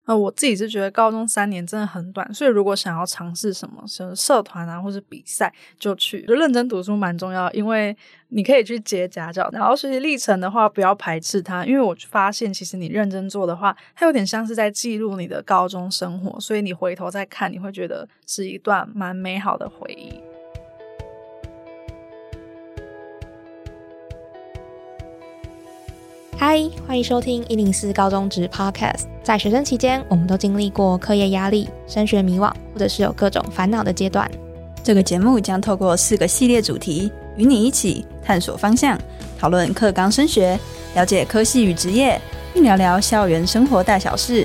我自己是觉得高中3年真的很短，所以如果想要尝试什么社团啊或是比赛就去，就认真读书蛮重要，因为你可以去接家教，然后学习历程的话不要排斥它，因为我发现其实你认真做的话，它有点像是在记录你的高中生活，所以你回头再看，你会觉得是一段蛮美好的回忆。 嗨，欢迎收听104高中职 Podcast。 在学生期间，我们都经历过课业压力、升学迷惘，或者是有各种烦恼的阶段。 这个节目将透过4个系列主题，与你一起探索方向，讨论课纲升学，了解科系与职业，并聊聊校园生活大小事。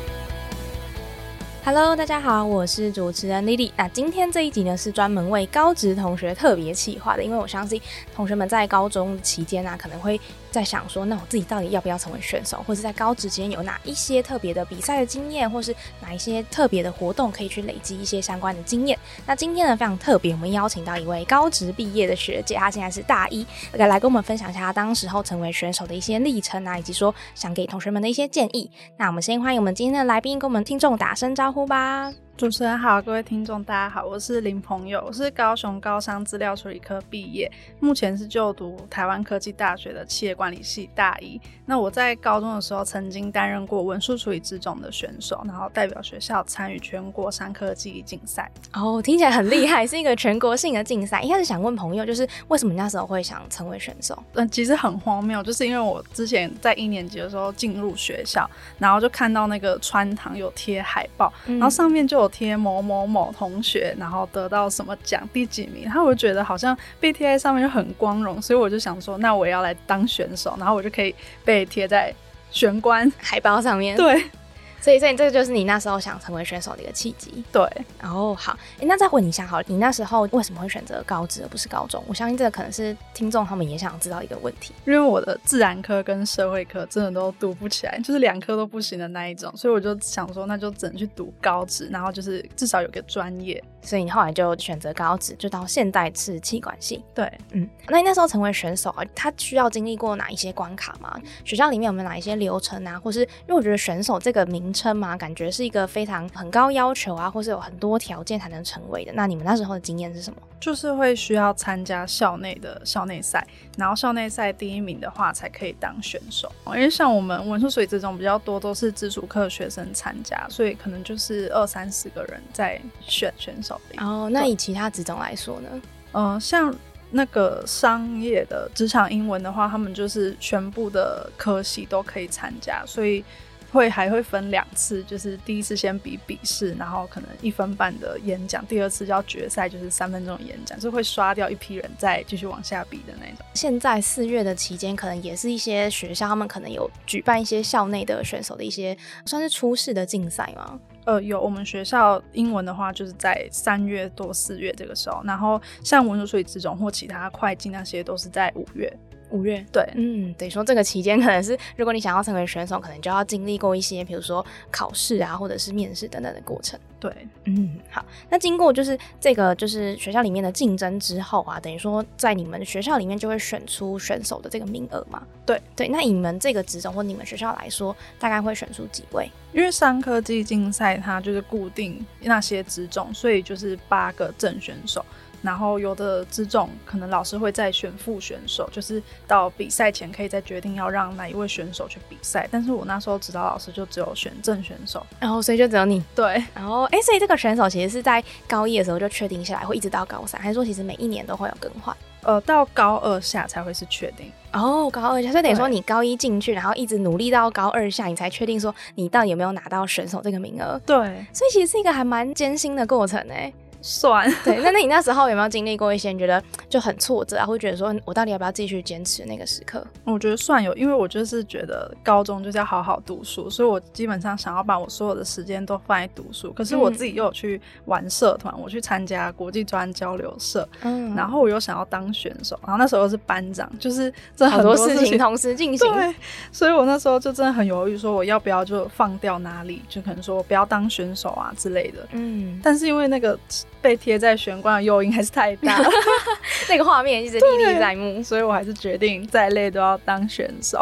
Hello， 大家好，我是主持人 Lily。那今天这一集呢，是专门为高职同学特别企划的，因为我相信同学们在高中期间可能会在想说，那我自己到底要不要成为选手，或是在高职期间有哪一些特别的比赛的经验，或是哪一些特别的活动可以去累积一些相关的经验。那今天呢非常特别，我们邀请到一位高职毕业的学姐，她现在是大一，来跟我们分享一下她当时候成为选手的一些历程以及说想给同学们的一些建议。那我们先欢迎我们今天的来宾，跟我们听众打声招呼吧。 主持人好，各位听众大家好，我是林朋友，我是高雄高商资料处理科毕业，目前是就读台湾科技大学的企业管理系大一。那我在高中的时候曾经担任过文书处理职种的选手，然后代表学校参与全国商科技艺竞赛。 听起来很厉害，是一个全国性的竞赛。一开始想问朋友，就是为什么你那时候会想成为选手？ 其实很荒谬，就是因为我之前在1年级的时候进入学校，然后就看到那个穿堂有贴海报，然后上面就有贴某某某同学，然后得到什么奖第几名，然后我就觉得好像被贴在上面就很光荣，所以我就想说那我也要来当选手，然后我就可以被贴在玄关海报上面。 对， 所以这个就是你那时候想成为选手的一个契机。 对。 好，那再问你一下好了，你那时候为什么会选择高职而不是高中？我相信这个可能是听众他们也想知道一个问题。 因为我的自然科跟社会科真的都读不起来，就是2科都不行的那一种，所以我就想说那就只能去读高职，然后就是至少有个专业。 所以你后来就选择高职，就到现在是企管系。 对， 那你那时候成为选手他需要经历过哪一些关卡吗？学校里面有没有哪一些流程或是因为我觉得选手这个名称嘛，感觉是一个非常很高要求或是有很多条件才能成为的。那你们那时候的经验是什么？ 就是会需要参加校内的校内赛，然后校内赛第1名的话才可以当选手。因为像我们文书处理这种比较多都是基础课学生参加，所以可能就是20-30个人在选手的。 那以其他职种来说呢？ 像那个商业的职场英文的话，他们就是全部的科系都可以参加，所以还会分2次，就是第一次先比笔试，然后可能1分半的演讲，第2次叫决赛，就是3分钟的演讲，就会刷掉一批人再继续往下比的那种。 现在4月的期间，可能也是一些学校他们可能有举办一些校内的选手的一些算是初试的竞赛吗？ 有，我们学校英文的话就是在3月多4月这个时候，然后像文书处理职种或其他会计那些都是在5月。对， 等于说这个期间可能是如果你想要成为选手，可能就要经历过一些比如说考试或者是面试等等的过程。 对， 好，那经过就是这个就是学校里面的竞争之后等于说在你们学校里面就会选出选手的这个名额嘛？ 对， 那以你们这个职种或你们学校来说，大概会选出几位？ 因为商科技竞赛它就是固定那些职种，所以就是8个正选手，然后有的职种可能老师会再选副选手，就是到比赛前可以再决定要让哪一位选手去比赛，但是我那时候指导老师就只有选正选手， 然后所以就只有你。 对， 然后所以这个选手其实是在高1的时候就确定下来，会一直到高3，还是说其实每1年都会有更换？ 到高2下才会是确定。 高2下，所以等于说你高1进去，然后一直努力到高2下，你才确定说你到底有没有拿到选手这个名额。 对， 所以其实是一个还蛮艰辛的过程算对。那你那时候有没有经历过一些你觉得就很挫折会觉得说我到底要不要继续坚持那个时刻？ 我觉得算有，因为我就是觉得高中就是要好好读书，所以我基本上想要把我所有的时间都放在读书，可是我自己又有去玩社团，我去参加国际专交流社，然后我又想要当选手，然后那时候又是班长，就是真的很多事情同时进行。 对，所以我那时候就真的很犹豫，说我要不要就放掉哪里，就可能说我不要当选手之类的。但是因为那个被贴在玄关的诱因还是太大了那个画面一直历历在目， 所以我还是决定再累都要当选手。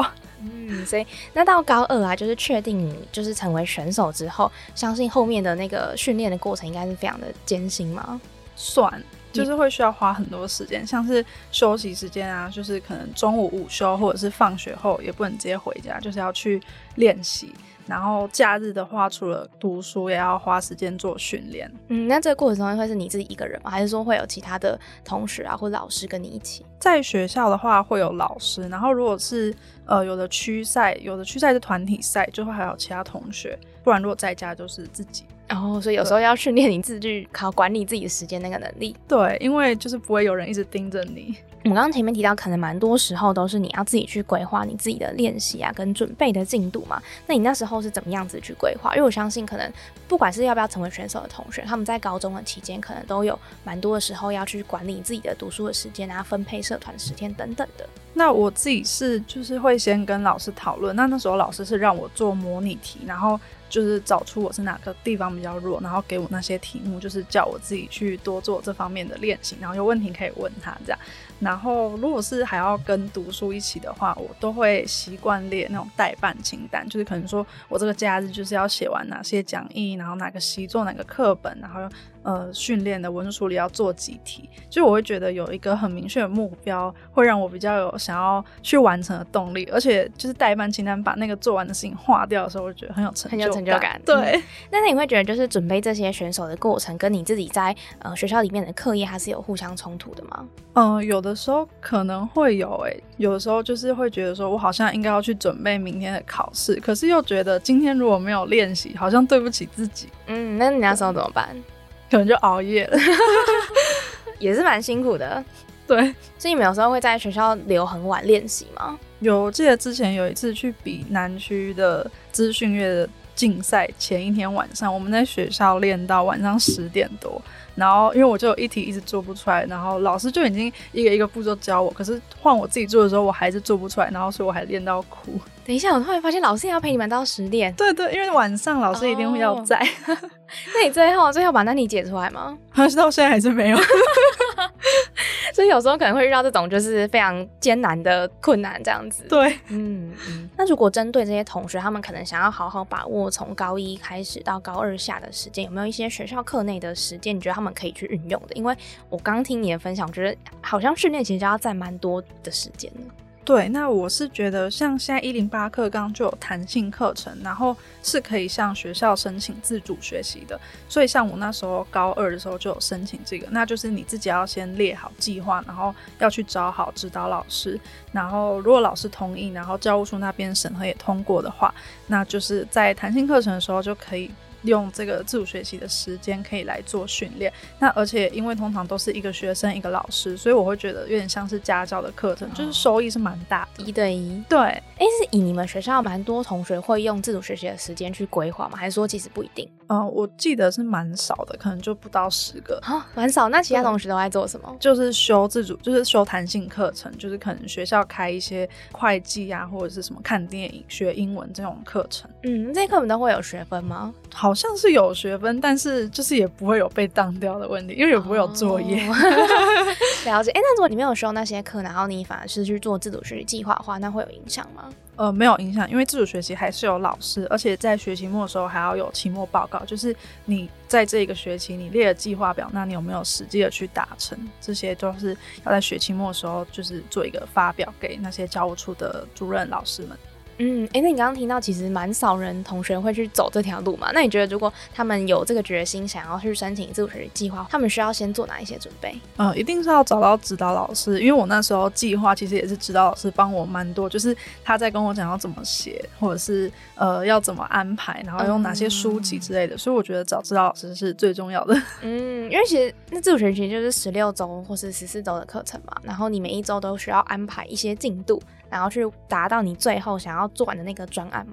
所以那到高2啊，就是确定你就是成为选手之后，相信后面的那个训练的过程应该是非常的艰辛吗？ 算，就是会需要花很多时间，像是休息时间啊，就是可能中午午休或者是放学后也不能直接回家，就是要去练习。然后假日的话，除了读书，也要花时间做训练。 那这个过程中会是你自己一个人吗？还是说会有其他的同学啊或老师跟你一起？ 在学校的话会有老师，然后如果是有的区赛是团体赛，就会还有其他同学，不然如果在家就是自己。 所以有时候要训练你自己考管理自己的时间那个能力。 对，因为就是不会有人一直盯着你。 我们刚刚前面提到，可能蛮多时候都是你要自己去规划你自己的练习啊，跟准备的进度嘛。那你那时候是怎么样子去规划？因为我相信，可能不管是要不要成为选手的同学，他们在高中的期间，可能都有蛮多的时候要去管理自己的读书的时间啊，分配社团时间等等的。 那我自己是就是会先跟老师讨论，那时候老师是让我做模拟题，然后就是找出我是哪个地方比较弱，然后给我那些题目，就是叫我自己去多做这方面的练习，然后有问题可以问他这样。然后如果是还要跟读书一起的话，我都会习惯列那种待办清单，就是可能说我这个假日就是要写完哪些讲义，然后哪个习作哪个课本，然后训练的文书里要做几题，就我会觉得有一个很明确的目标，会让我比较有想要去完成的动力，而且就是待办清单把那个做完的事情划掉的时候，我觉得很有成就感。对， 那你会觉得就是准备这些选手的过程，跟你自己在学校里面的课业还是有互相冲突的吗？ 有的时候可能会有有的时候就是会觉得说我好像应该要去准备明天的考试，可是又觉得今天如果没有练习，好像对不起自己。 那你那时候怎么办？ 可能就熬夜了。 也是蛮辛苦的。 对， 所以你们有时候会在学校留很晚练习吗？ 有，我记得之前有一次去比南区的资讯乐的竞赛，前一天晚上我们在学校练到晚上10点多，然后因为我就有一题一直做不出来，然后老师就已经一个一个步骤教我，可是换我自己做的时候我还是做不出来，然后所以我还练到哭。 等一下，我突然发现老师也要陪你们到10点。 对对，因为晚上老师一定会要在。 那你最后把难题解出来吗？ 到现在还是没有。 所以有时候可能会遇到这种就是非常艰难的困难这样子。 对， 那如果针对这些同学，他们可能想要好好把握从高1开始到高2下的时间，有没有一些学校课内的时间你觉得他们可以去运用的？因为我刚听你的分享，我觉得好像训练其实就要占蛮多的时间了。 对，那我是觉得像现在108课纲就有弹性课程，然后是可以向学校申请自主学习的，所以像我那时候高2的时候就有申请这个，那就是你自己要先列好计划，然后要去找好指导老师，然后如果老师同意，然后教务处那边审核也通过的话，那就是在弹性课程的时候就可以用这个自主学习的时间可以来做训练。那而且因为通常都是一个学生一个老师，所以我会觉得有点像是家教的课程，就是收益是蛮大的，1 对1。 对， 是以你们学校蛮多同学会用自主学习的时间去规划吗？还是说其实不一定？ 我记得是蛮少的，可能就不到10个。 蛮少。那其他同学都在做什么？ 就是修自主，就是修弹性课程，就是可能学校开一些会计啊，或者是什么看电影、学英文这种课程。 这些课本都会有学分吗？ 好像是有学分，但是就是也不会有被当掉的问题，因为也不会有作业。 了解。那如果你没有修那些课，然后你反而是去做自主学习计划的话，那会有影响吗？ 没有影响，因为自主学习还是有老师，而且在学期末的时候还要有期末报告，就是你在这一个学期你列了计划表，那你有没有实际的去达成，这些都是要在学期末的时候就是做一个发表给那些教务处的主任老师们。 那你刚刚听到其实蛮少人同学会去走这条路嘛？那你觉得如果他们有这个决心想要去申请自主学习计划，他们需要先做哪一些准备？ 一定是要找到指导老师，因为我那时候计划其实也是指导老师帮我蛮多，就是他在跟我讲要怎么写，或者是要怎么安排，然后用哪些书籍之类的，所以我觉得找指导老师是最重要的。 因为其实那自主学习就是16周或是14周的课程嘛，然后你每一周都需要安排一些进度，然后去达到你最后想要做完的那个专案吗？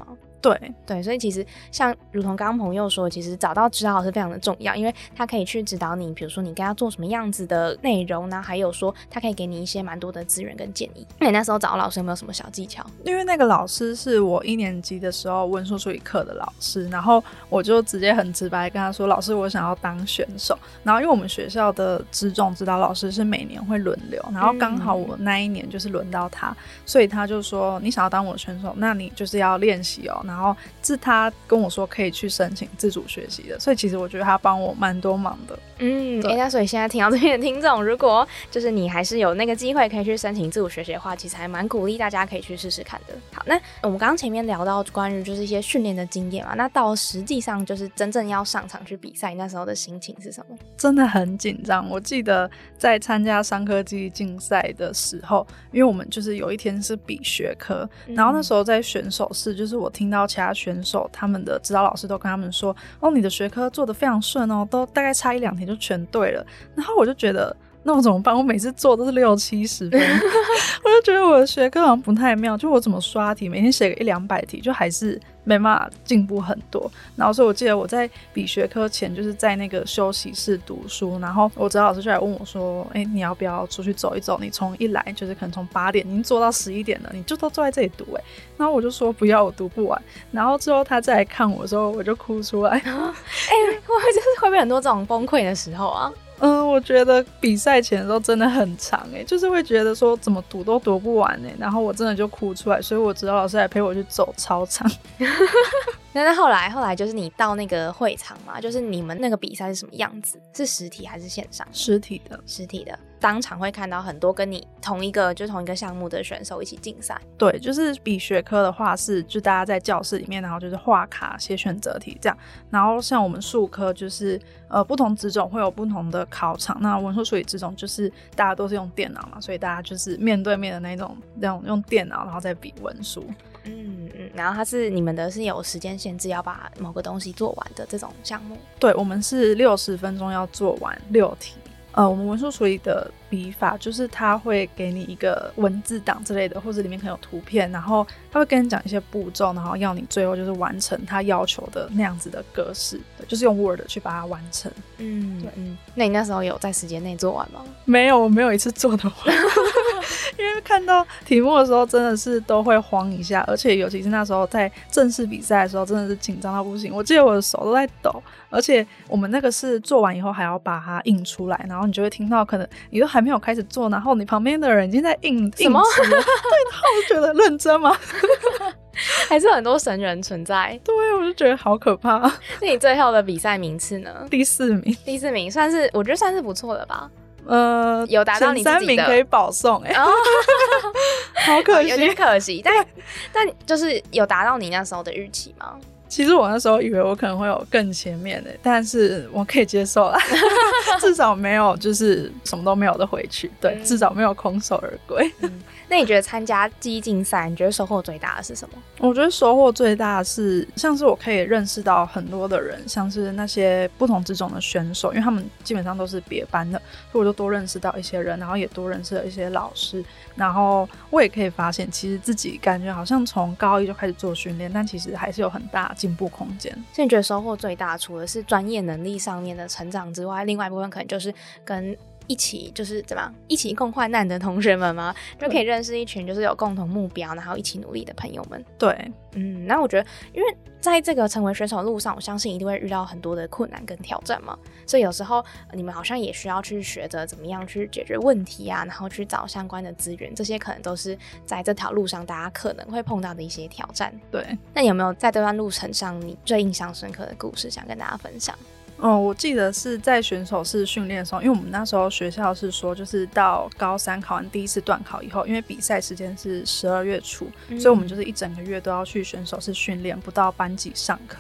对，所以其实像如同刚刚朋友说，其实找到指导老师非常的重要，因为他可以去指导你，比如说你该要做什么样子的内容呢，还有说他可以给你一些蛮多的资源跟建议。那你那时候找到老师有没有什么小技巧？ 因为那个老师是我1年级的时候文书处理课的老师，然后我就直接很直白跟他说，老师我想要当选手，然后因为我们学校的职种指导老师是每年会轮流，然后刚好我那一年就是轮到他，所以他就说你想要当我的选手，那你就是要练习哦，然后是他跟我说可以去申请自主学习的，所以其实我觉得他帮我蛮多忙的。 那所以现在听到这边的听众，如果就是你还是有那个机会可以去申请自主学习的话，其实还蛮鼓励大家可以去试试看的。好，那我们刚刚前面聊到关于就是一些训练的经验嘛，那到实际上就是真正要上场去比赛，那时候的心情是什么？ 真的很紧张。我记得在参加商科技竞赛的时候，因为我们就是有一天是比学科，然后那时候在选手室，就是我听到其他选手他们的指导老师都跟他们说，哦，你的学科做得非常顺哦，都大概差1-2题就全对了。然后我就觉得那我怎么办？我每次做都是60-70分我就觉得我的学科好像不太妙，就我怎么刷题，每天写个100-200题，就还是没办法进步很多。然后所以我记得我在比学科前就是在那个休息室读书，然后我指导老师就来问我说，你要不要出去走一走？你从一来就是可能从8点已经做到11点了，你就都坐在这里读然后我就说不要，我读不完。然后之后他再来看我的时候，我就哭出来会不会很多这种崩溃的时候啊？ 我觉得比赛前的时候真的很长就是会觉得说怎么读都读不完然后我真的就哭出来，所以我指导老师还陪我去走操场那后来就是你到那个会场嘛，就是你们那个比赛是什么样子？是实体还是线上？ 实体的， 当场会看到很多跟你同一个项目的选手一起竞赛。 对，就是比学科的话是就大家在教室里面，然后就是画卡写选择题这样。然后像我们术科就是不同职种会有不同的考场，那文书处理职种就是大家都是用电脑嘛，所以大家就是面对面的那种用电脑然后再比文书。 然后你们的是有时间限制，要把某个东西做完的这种项目。 对，我们是60分钟要做完6题。我们文书处理的比法就是他会给你一个文字档之类的，或者里面可能有图片，然后他会跟你讲一些步骤，然后要你最后就是完成他要求的那样子的格式，对，就是用 Word 去把它完成。 那你那时候有在时间内做完吗？ 没有，我没有一次做得完因为看到题目的时候真的是都会慌一下，而且尤其是那时候在正式比赛的时候真的是紧张到不行，我记得我的手都在抖，而且我们那个是做完以后还要把它印出来，然后你就会听到可能你都还没有开始做，然后你旁边的人已经在印什么对，然后我就觉得认真吗还是很多神人存在。 对，我就觉得好可怕那你最后的比赛名次呢？ 第4名。 第4名我觉得算是不错的吧。有达到你自己的前3名可以保送好可惜有点可惜但就是有达到你那时候的预期吗？ 其实我那时候以为我可能会有更前面的，但是我可以接受啦至少没有就是什么都没有的回去，对，至少没有空手而归那你觉得参加技艺竞赛你觉得收获最大的是什么？ 我觉得收获最大的是像是我可以认识到很多的人，像是那些不同职种的选手，因为他们基本上都是别班的，所以我就多认识到一些人，然后也多认识了一些老师，然后我也可以发现其实自己感觉好像从高1就开始做训练，但其实还是有很大进步空间。 所以你觉得收获最大除了是专业能力上面的成长之外，另外一部分可能就是跟一起就是怎么样一起共患难的同学们吗？就可以认识一群就是有共同目标然后一起努力的朋友们。 对， 那我觉得因为在这个成为选手的路上，我相信一定会遇到很多的困难跟挑战嘛，所以有时候你们好像也需要去学着怎么样去解决问题啊，然后去找相关的资源，这些可能都是在这条路上大家可能会碰到的一些挑战。 对， 那你有没有在这段路程上你最印象深刻的故事想跟大家分享？ 我记得是在选手室训练的时候，因为我们那时候学校是说就是到高3考完第1次段考以后，因为比赛时间是12月初，所以我们就是一整个月都要去选手室训练，不到班级上课。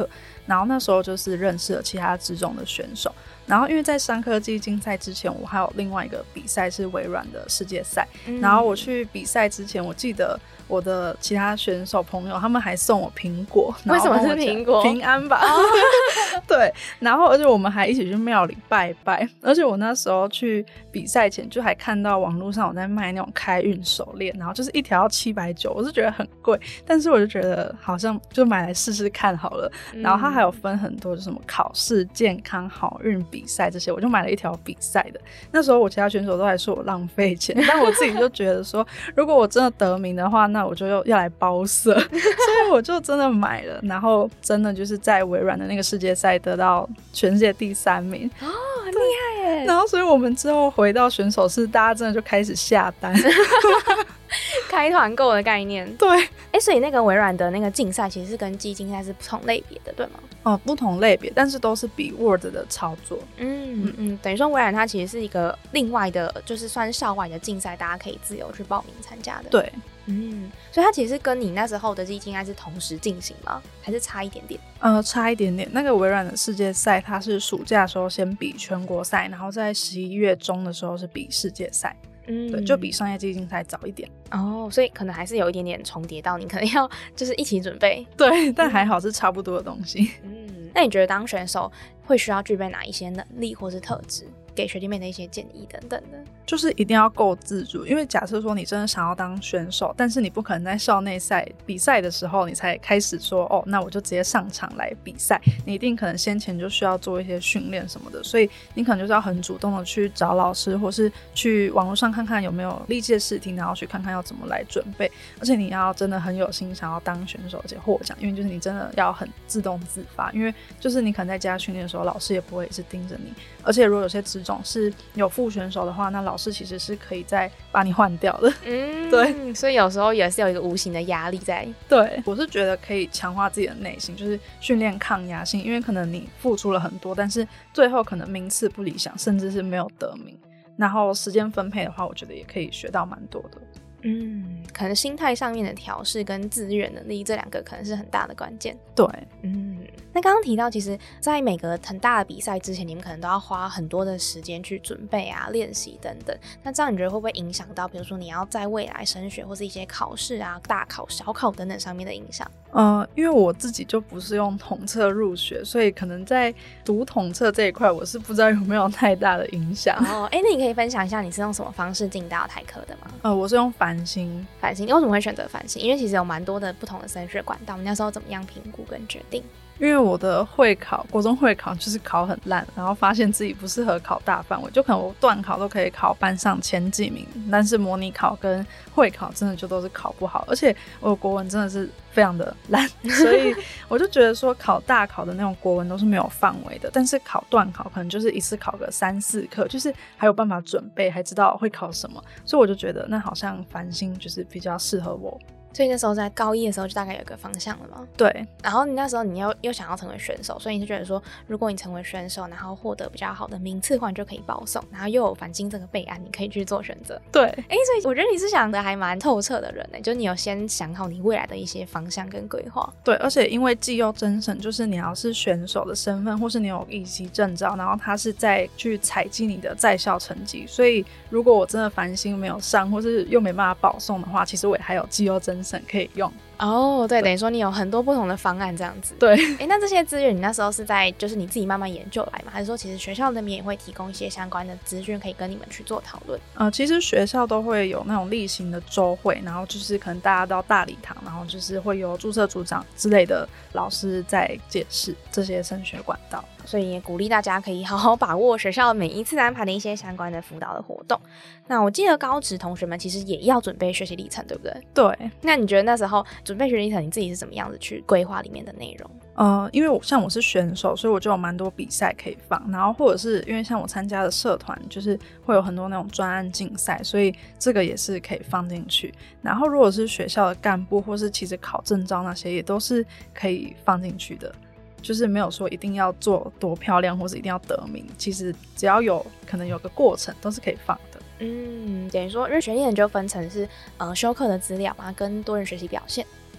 然后那时候就是认识了其他职种的选手，然后因为在商科技竞赛之前，我还有另外一个比赛是微软的世界赛，然后我去比赛之前，我记得我的其他选手朋友他们还送我苹果。 为什么是苹果？ 平安吧。对，然后而且我们还一起去庙里拜拜，而且我那时候去比赛前就还看到网络上有在卖那种开运手链，然后就是一条要790，我是觉得很贵，但是我就觉得好像就买来试试看好了。然后它还有分很多，就什么考试、健康、好运比赛这些，我就买了一条比赛的。那时候我其他选手都还说我浪费钱，但我自己就觉得说，如果我真的得名的话，那我就要来包色，所以我就真的买了，然后真的就是在微软的那个世界赛得到全世界第3名哦，很厉害耶。 然后所以我们之后回到选手室，大家真的就开始下单开团购的概念。 对， 所以那个微软的那个竞赛其实是跟基竞赛是不同类别的，对吗？ 不同类别，但是都是比 Word 的操作。 等于说微软它其实是一个另外的，就是算是校外的竞赛，大家可以自由去报名参加的。 对， 所以它其实跟你那时候的基竞赛是同时进行吗？还是差一点点？ 差一点点。那个微软的世界赛，它是暑假的时候先比全国赛，然后在11月中的时候是比世界赛。对，就比商业基竞赛早一点。 所以可能还是有一点点重叠到，你可能要就是一起准备。 对，但还好是差不多的东西。 那你觉得当选手会需要具备哪一些能力或是特质？给学弟妹的一些建议等等的。 就是一定要够自主，因为假设说你真的想要当选手，但是你不可能在校内赛比赛的时候你才开始说那我就直接上场来比赛，你一定可能先前就需要做一些训练什么的，所以你可能就是要很主动的去找老师，或是去网络上看看有没有历届试题，然后去看看要怎么来准备，而且你要真的很有心想要当选手而且获奖，因为就是你真的要很自动自发，因为就是你可能在家训练的时候老师也不会一直盯着你，而且如果有些职种是有副选手的话，那老师其实是可以再把你换掉的。对， 所以有时候也是有一个无形的压力在。 对，我是觉得可以强化自己的内心，就是训练抗压性，因为可能你付出了很多，但是最后可能名次不理想，甚至是没有得名，然后时间分配的话我觉得也可以学到蛮多的。 可能心态上面的调试跟自愈能力这两个可能是很大的关键。 对， 那刚刚提到其实在每个很大的比赛之前，你们可能都要花很多的时间去准备啊、练习等等，那这样你觉得会不会影响到比如说你要在未来升学或是一些考试啊、大考、小考等等上面的影响？ 因为我自己就不是用统测入学，所以可能在读统测这一块我是不知道有没有太大的影响。 那你可以分享一下你是用什么方式进到台科的吗？ 我是用繁星。 你为什么会选择繁星？因为其实有蛮多的不同的升学管道，你那时候怎么样评估跟决定？ 因为我的会考，国中会考就是考很烂，然后发现自己不适合考大范围，就可能我段考都可以考班上前几名，但是模拟考跟会考真的就都是考不好，而且我的国文真的是非常的烂，所以我就觉得说考大考的那种国文都是没有范围的，但是考段考可能就是一次考个3-4科，就是还有办法准备，还知道会考什么，所以我就觉得那好像繁星就是比较适合我。 所以那时候在高一的时候就大概有一个方向了吗？ 对， 然后你那时候你又想要成为选手，所以你是觉得说如果你成为选手然后获得比较好的名次的话，你就可以保送，然后又有繁星这个备案，你可以去做选择。 对， 所以我觉得你是想的还蛮透彻的人耶，就你有先想好你未来的一些方向跟规划。 对，而且因为绩优甄审就是你要是选手的身份，或是你有乙级证照，然后他是在去采集你的在校成绩，所以如果我真的繁星没有上，或是又没办法保送的话，其实我也还有绩优甄审可以用。 对，等于说你有很多不同的方案这样子。 对， 那这些资源你那时候是在就是你自己慢慢研究来吗？还是说其实学校那边也会提供一些相关的资讯可以跟你们去做讨论？ 其实学校都会有那种例行的周会，然后就是可能大家到大礼堂，然后就是会有注册组长之类的老师在解释这些升学管道， 所以也鼓励大家可以好好把握学校每一次安排的一些相关的辅导的活动。那我记得高职同学们其实也要准备学习历程，对不对？ 对。 那你觉得那时候准备学习历程你自己是怎么样子去规划里面的内容？ 因为像我是选手，所以我就有蛮多比赛可以放，然后或者是因为像我参加的社团就是会有很多那种专案竞赛，所以这个也是可以放进去。然后如果是学校的干部或是其实考证照那些也都是可以放进去的，就是没有说一定要做多漂亮或是一定要得名，其实只要有可能有个过程都是可以放的。 等于说因为学历人就分成是修课的资料啊跟多元学习表现。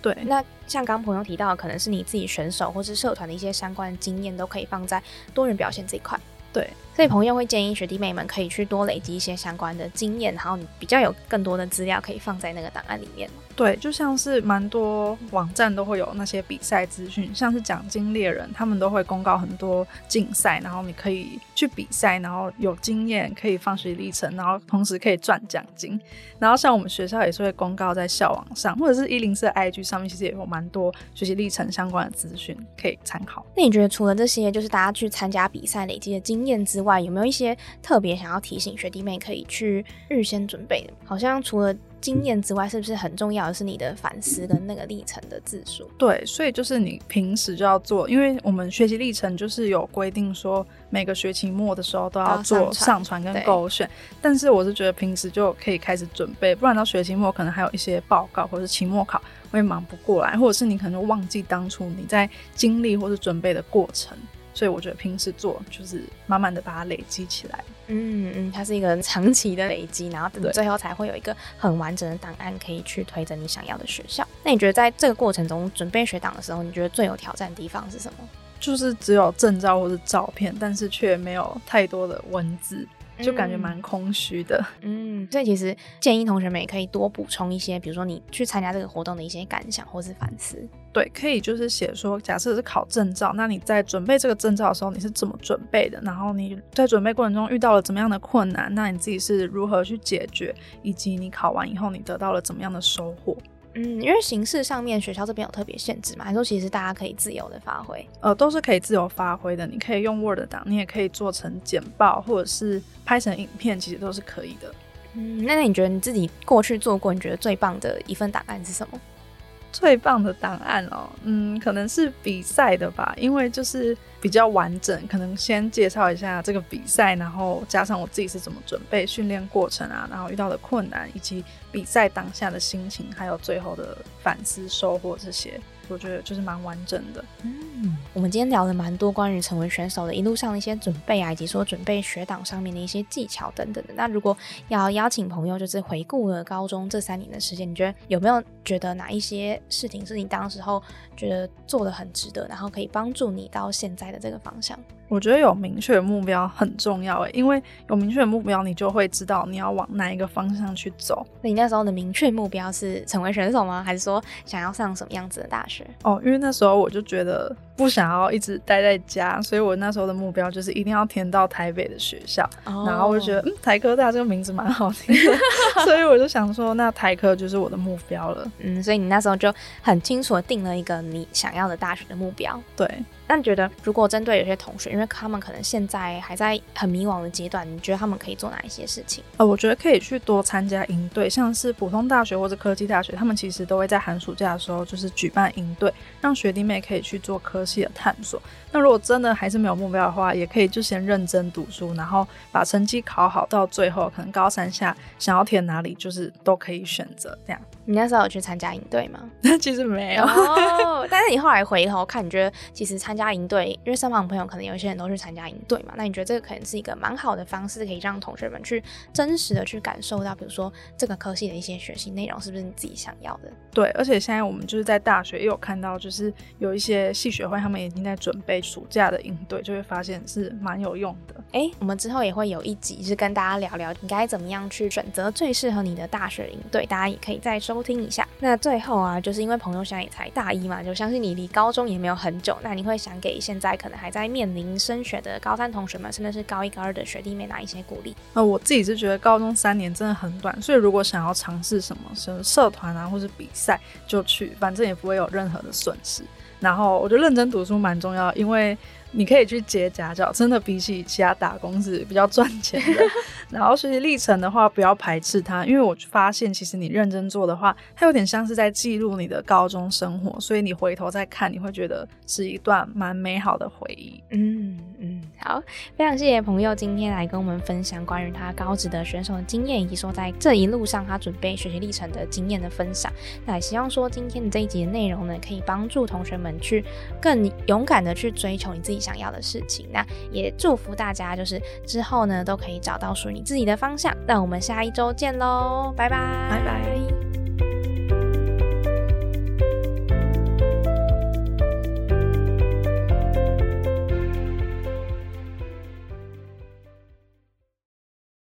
对， 那像刚朋友提到的，可能是你自己选手或是社团的一些相关的经验，都可以放在多元表现这一块。 对， 所以朋友会建议学弟妹们可以去多累积一些相关的经验，然后你比较有更多的资料可以放在那个档案里面。 对，就像是蛮多网站都会有那些比赛资讯，像是奖金猎人，他们都会公告很多竞赛，然后你可以去比赛，然后有经验可以放学习历程，然后同时可以赚奖金。然后像我们学校也是会公告在校网上，或者是104 IG 上面，其实也有蛮多学习历程相关的资讯可以参考。 那你觉得除了这些就是大家去参加比赛累积的经验之外，有没有一些特别想要提醒学弟妹可以去预先准备的？好像除了经验之外，是不是很重要的是你的反思跟那个历程的字数？ 对，所以就是你平时就要做，因为我们学习历程就是有规定说每个学期末的时候都要做上传跟勾选，但是我是觉得平时就可以开始准备，不然到学期末可能还有一些报告或者期末考会忙不过来，或者是你可能就忘记当初你在经历或是准备的过程。所以我觉得平时做就是慢慢的把它累积起来。 它是一个长期的累积，然后等最后才会有一个很完整的档案可以去推着你想要的学校。那你觉得在这个过程中准备学档的时候，你觉得最有挑战的地方是什么？ 就是只有证照或是照片，但是却没有太多的文字，就感觉蛮空虚的。 所以其实建议同学们也可以多补充一些，比如说你去参加这个活动的一些感想或是反思。 对，可以就是写说，假设是考证照，那你在准备这个证照的时候你是怎么准备的，然后你在准备过程中遇到了怎么样的困难，那你自己是如何去解决，以及你考完以后你得到了怎么样的收获。 因为形式上面学校这边有特别限制嘛，还是说其实大家可以自由的发挥？ 都是可以自由发挥的，你可以用 Word 档，你也可以做成简报，或者是拍成影片，其实都是可以的。 那你觉得你自己过去做过你觉得最棒的一份档案是什么？ 最棒的档案哦，可能是比赛的吧，因为就是比较完整，可能先介绍一下这个比赛，然后加上我自己是怎么准备训练过程啊，然后遇到的困难，以及比赛当下的心情，还有最后的反思收获，这些我觉得就是蛮完整的。 我们今天聊了蛮多关于成为选手的一路上的一些准备啊，以及说准备学档上面的一些技巧等等的。那如果要邀请朋友就是回顾了高中这3年的时间，你觉得有没有觉得哪一些事情是你当时候觉得做得很值得，然后可以帮助你到现在的这个方向？ 我觉得有明确的目标很重要，因为有明确的目标你就会知道你要往哪一个方向去走。 那你那时候的明确目标是成为选手吗？还是说想要上什么样子的大学？ 因为那时候我就觉得不想要一直待在家，所以我那时候的目标就是一定要填到台北的学校。然后我就觉得台科大这个名字蛮好听的所以我就想说那台科就是我的目标了。 所以你那时候就很清楚的定了一个你想要的大学的目标。 对。 那你觉得如果针对有些同学，因为他们可能现在还在很迷惘的阶段，你觉得他们可以做哪一些事情？ 我觉得可以去多参加营队，像是普通大学或者科技大学，他们其实都会在寒暑假的时候就是举办营队，让学弟妹可以去做科系的探索。那如果真的还是没有目标的话，也可以就先认真读书，然后把成绩考好，到最后可能高3下想要填哪里就是都可以选择这样。 你那时候有去参加营队吗？ 其实没有但是你后来回头看，你觉得其实参加营队，因为身旁朋友可能有一些人都去参加营队嘛，那你觉得这个可能是一个蛮好的方式，可以让同学们去真实的去感受到，比如说这个科系的一些学习内容是不是你自己想要的？ 对，而且现在我们就是在大学也有看到，就是有一些系学会他们已经在准备暑假的营队，就会发现是蛮有用的。 我们之后也会有一集是跟大家聊聊你该怎么样去选择最适合你的大学营队，大家也可以再收听一下。那最后啊，就是因为朋友现在也才大1嘛，就相信你离高中也没有很久，那你会想给现在可能还在面临升学的高3同学们，甚至是高1高2的学弟妹哪一些鼓励？ 我自己是觉得高中3年真的很短，所以如果想要尝试什么社团啊或是比赛就去，反正也不会有任何的损失。然后我觉得认真读书蛮重要，因为你可以去接家教，真的比起其他打工是比较赚钱的然后学习历程的话不要排斥它，因为我发现其实你认真做的话，它有点像是在记录你的高中生活，所以你回头再看，你会觉得是一段蛮美好的回忆。 好，非常谢谢朋友今天来跟我们分享关于他高职的选手的经验，以及说在这一路上他准备学习历程的经验的分享。那也希望说今天的这一集的内容呢，可以帮助同学们去更勇敢的去追求你自己想要的事情。那也祝福大家就是之后呢都可以找到属于你自己的方向。那我们下一周见咯，拜拜。